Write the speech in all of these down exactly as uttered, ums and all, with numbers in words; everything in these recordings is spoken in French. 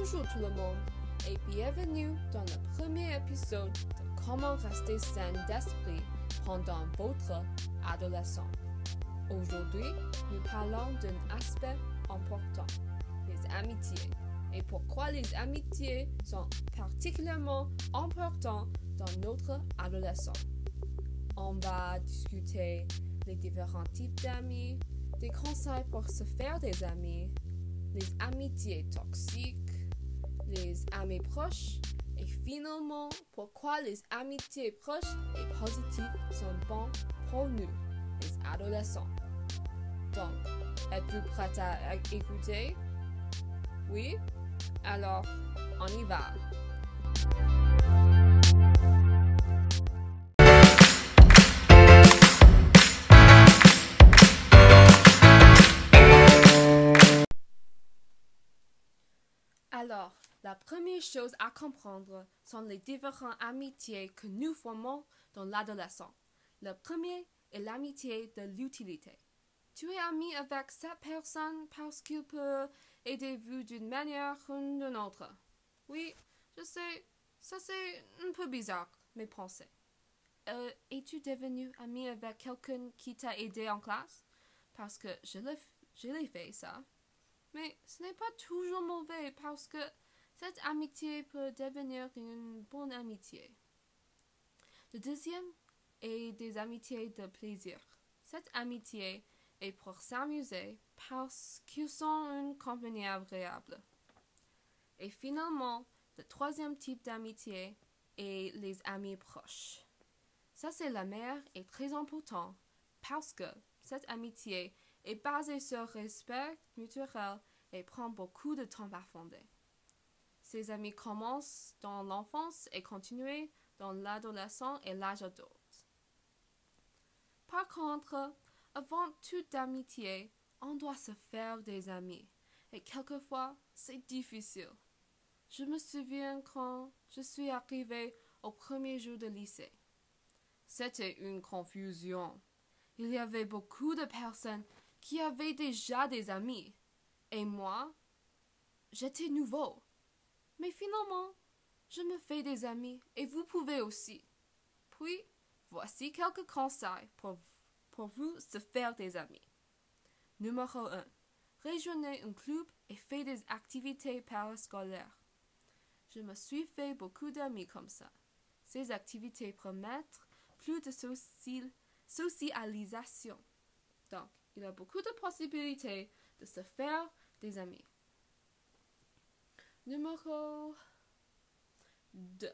Bonjour tout le monde et bienvenue dans le premier épisode de Comment rester sain d'esprit pendant votre adolescence. Aujourd'hui, nous parlons d'un aspect important, les amitiés, et pourquoi les amitiés sont particulièrement importantes dans notre adolescence. On va discuter les différents types d'amis, des conseils pour se faire des amis, les amitiés toxiques, les amis proches et finalement pourquoi les amitiés proches et positives sont bons pour nous, les adolescents. Donc, êtes-vous prêts à écouter? Oui? Alors, on y va. Alors, la première chose à comprendre sont les différentes amitiés que nous formons dans l'adolescence. Le premier est l'amitié de l'utilité. Tu es ami avec cette personne parce qu'il peut aider vous d'une manière ou d'une autre. Oui, je sais, ça c'est un peu bizarre, mes pensées. Euh, es-tu devenu ami avec quelqu'un qui t'a aidé en classe? Parce que je l'ai, je l'ai fait ça. Mais ce n'est pas toujours mauvais parce que cette amitié peut devenir une bonne amitié. Le deuxième est des amitiés de plaisir. Cette amitié est pour s'amuser parce qu'ils sont une compagnie agréable. Et finalement, le troisième type d'amitié est les amis proches. Ça c'est la meilleure et très important parce que cette amitié est basée sur respect mutuel et prend beaucoup de temps à fonder. Ces amis commencent dans l'enfance et continuent dans l'adolescence et l'âge adulte. Par contre, avant toute amitié, on doit se faire des amis. Et quelquefois, c'est difficile. Je me souviens quand je suis arrivée au premier jour de lycée. C'était une confusion. Il y avait beaucoup de personnes qui avaient déjà des amis. Et moi, j'étais nouveau. Mais finalement, je me fais des amis et vous pouvez aussi. Puis, voici quelques conseils pour, pour vous se faire des amis. Numéro un. Rejoignez un club et faites des activités parascolaires. Je me suis fait beaucoup d'amis comme ça. Ces activités permettent plus de social, socialisation. Donc, il y a beaucoup de possibilités de se faire des amis. Numéro deux.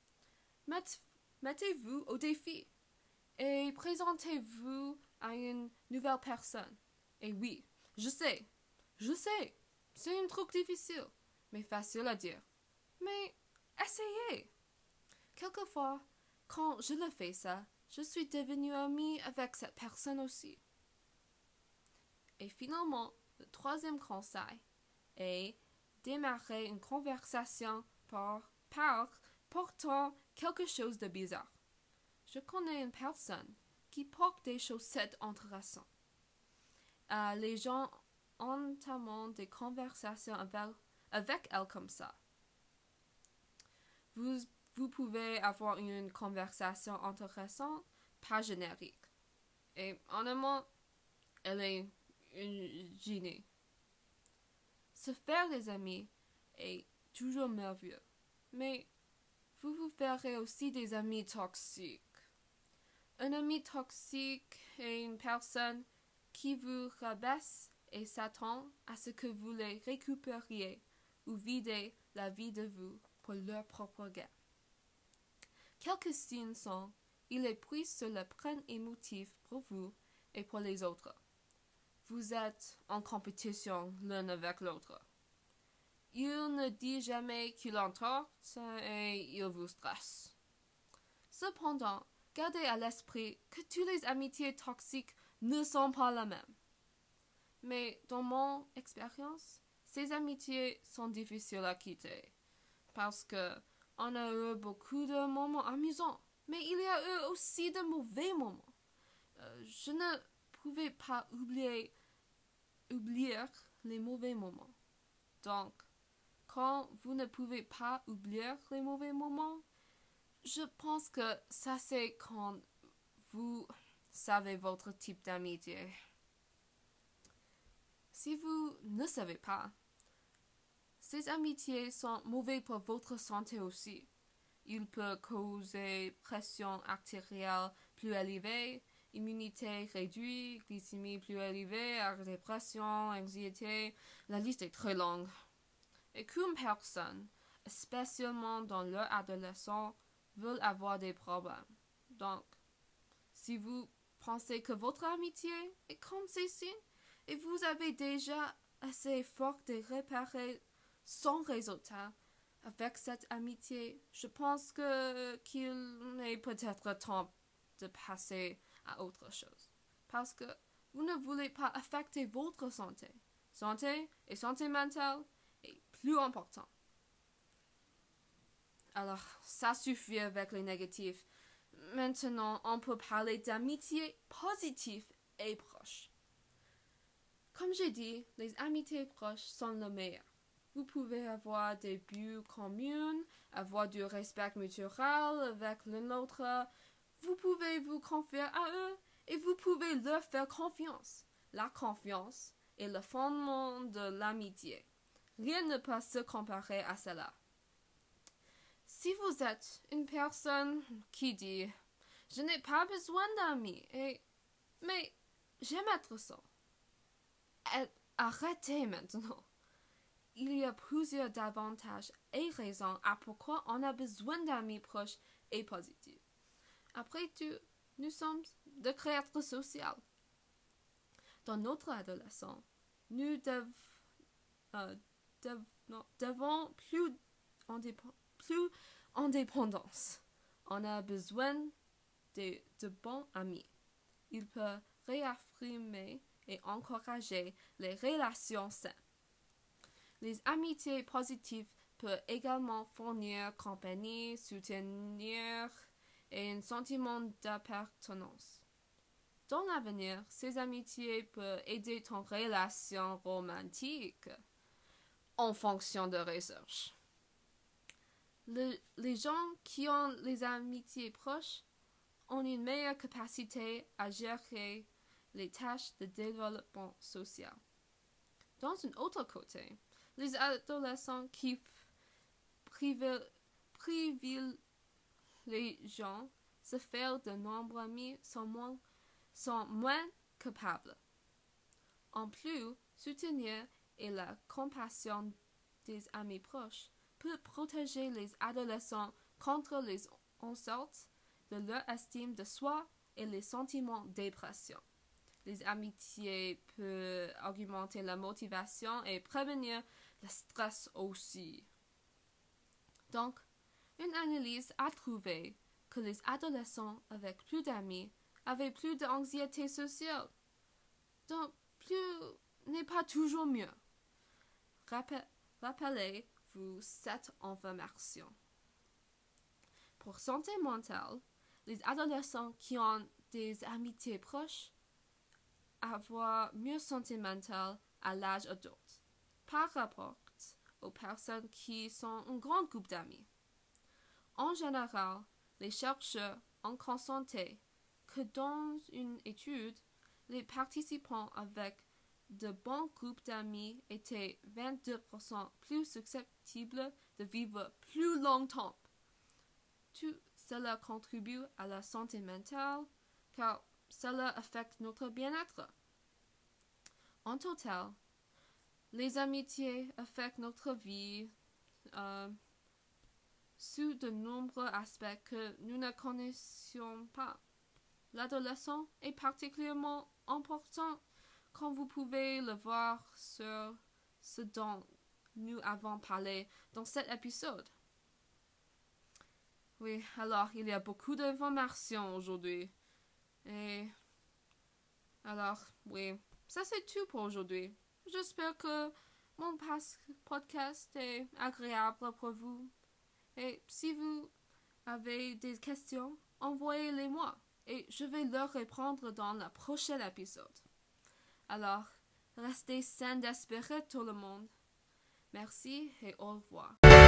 Mettez-vous au défi et présentez-vous à une nouvelle personne. Et oui, je sais, je sais, c'est un truc difficile, mais facile à dire. Mais essayez. Quelquefois, quand je le fais ça, je suis devenue amie avec cette personne aussi. Et finalement, le troisième conseil est démarrer une conversation par, par portant quelque chose de bizarre. Je connais une personne qui porte des chaussettes intéressantes. Euh, les gens entament des conversations avec, avec elle comme ça. Vous, vous pouvez avoir une conversation intéressante, pas générique. Et honnêtement, elle est une génie. Se faire des amis est toujours merveilleux, mais vous vous ferez aussi des amis toxiques. Un ami toxique est une personne qui vous rabaisse et s'attend à ce que vous les récupériez ou videz la vie de vous pour leur propre gain. Quelques signes sont, il est pris sur le plan émotif pour vous et pour les autres. Vous êtes en compétition l'un avec l'autre. Il ne dit jamais qu'il en tort et il vous stresse. Cependant, gardez à l'esprit que toutes les amitiés toxiques ne sont pas les mêmes. Mais dans mon expérience, ces amitiés sont difficiles à quitter parce que on a eu beaucoup de moments amusants, mais il y a eu aussi de mauvais moments. Euh, je ne pouvais pas oublier oublier les mauvais moments. Donc, quand vous ne pouvez pas oublier les mauvais moments, je pense que ça c'est quand vous savez votre type d'amitié. Si vous ne savez pas, ces amitiés sont mauvaises pour votre santé aussi. Ils peuvent causer pression artérielle plus élevée, immunité réduite, glycémie plus élevée, dépression, anxiété. La liste est très longue. Et qu'une personne, spécialement dans leur adolescence, veut avoir des problèmes. Donc, si vous pensez que votre amitié est comme ces signes, et vous avez déjà assez fort de repérer son résultat avec cette amitié, je pense que qu'il est peut-être temps de passer à autre chose. Parce que vous ne voulez pas affecter votre santé. Santé et santé mentale est plus important. Alors, ça suffit avec les négatifs. Maintenant, on peut parler d'amitié positive et proche. Comme j'ai dit, les amitiés proches sont les meilleures. Vous pouvez avoir des buts communs, avoir du respect mutuel avec l'un l'autre. Vous pouvez vous confier à eux et vous pouvez leur faire confiance. La confiance est le fondement de l'amitié. Rien ne peut se comparer à cela. Si vous êtes une personne qui dit « Je n'ai pas besoin d'amis, et... mais j'aime être seul », arrêtez maintenant. Il y a plusieurs avantages et raisons à pourquoi on a besoin d'amis proches et positifs. Après tout, nous sommes des créatures sociales. Dans notre adolescence, nous dev, euh, dev, non, devons plus, indép- plus indépendance. On a besoin de, de bons amis. Ils peuvent réaffirmer et encourager les relations saines. Les amitiés positives peuvent également fournir compagnie, soutenir et un sentiment d'appartenance. Dans l'avenir, ces amitiés peuvent aider ton relation romantique en fonction de recherche. Le, les gens qui ont les amitiés proches ont une meilleure capacité à gérer les tâches de développement social. Dans un autre côté, les adolescents qui privilégient se faire de nombreux amis sont moins, sont moins capables. En plus, soutenir et la compassion des amis proches peut protéger les adolescents contre les insultes de leur estime de soi et les sentiments de dépression. Les amitiés peuvent augmenter la motivation et prévenir le stress aussi. Donc, une analyse a trouvé que les adolescents avec plus d'amis avaient plus d'anxiété sociale. Donc, plus n'est pas toujours mieux. Rappel- Rappelez-vous cette information. Pour santé mentale, les adolescents qui ont des amitiés proches avoir mieux santé mentale à l'âge adulte, par rapport aux personnes qui sont un grand groupe d'amis. En général, les chercheurs ont constaté que dans une étude, les participants avec de bons groupes d'amis étaient vingt-deux pour cent plus susceptibles de vivre plus longtemps. Tout cela contribue à la santé mentale, car cela affecte notre bien-être. En total, les amitiés affectent notre vie euh, sous de nombreux aspects que nous ne connaissions pas. L'adolescent est particulièrement important, comme vous pouvez le voir sur ce dont nous avons parlé dans cet épisode. Oui, alors il y a beaucoup d'informations aujourd'hui. Et alors, oui, ça c'est tout pour aujourd'hui. J'espère que mon podcast est agréable pour vous. Et si vous avez des questions, envoyez-les moi et je vais leur répondre dans le prochain épisode. Alors, restez sains d'espérer tout le monde. Merci et au revoir.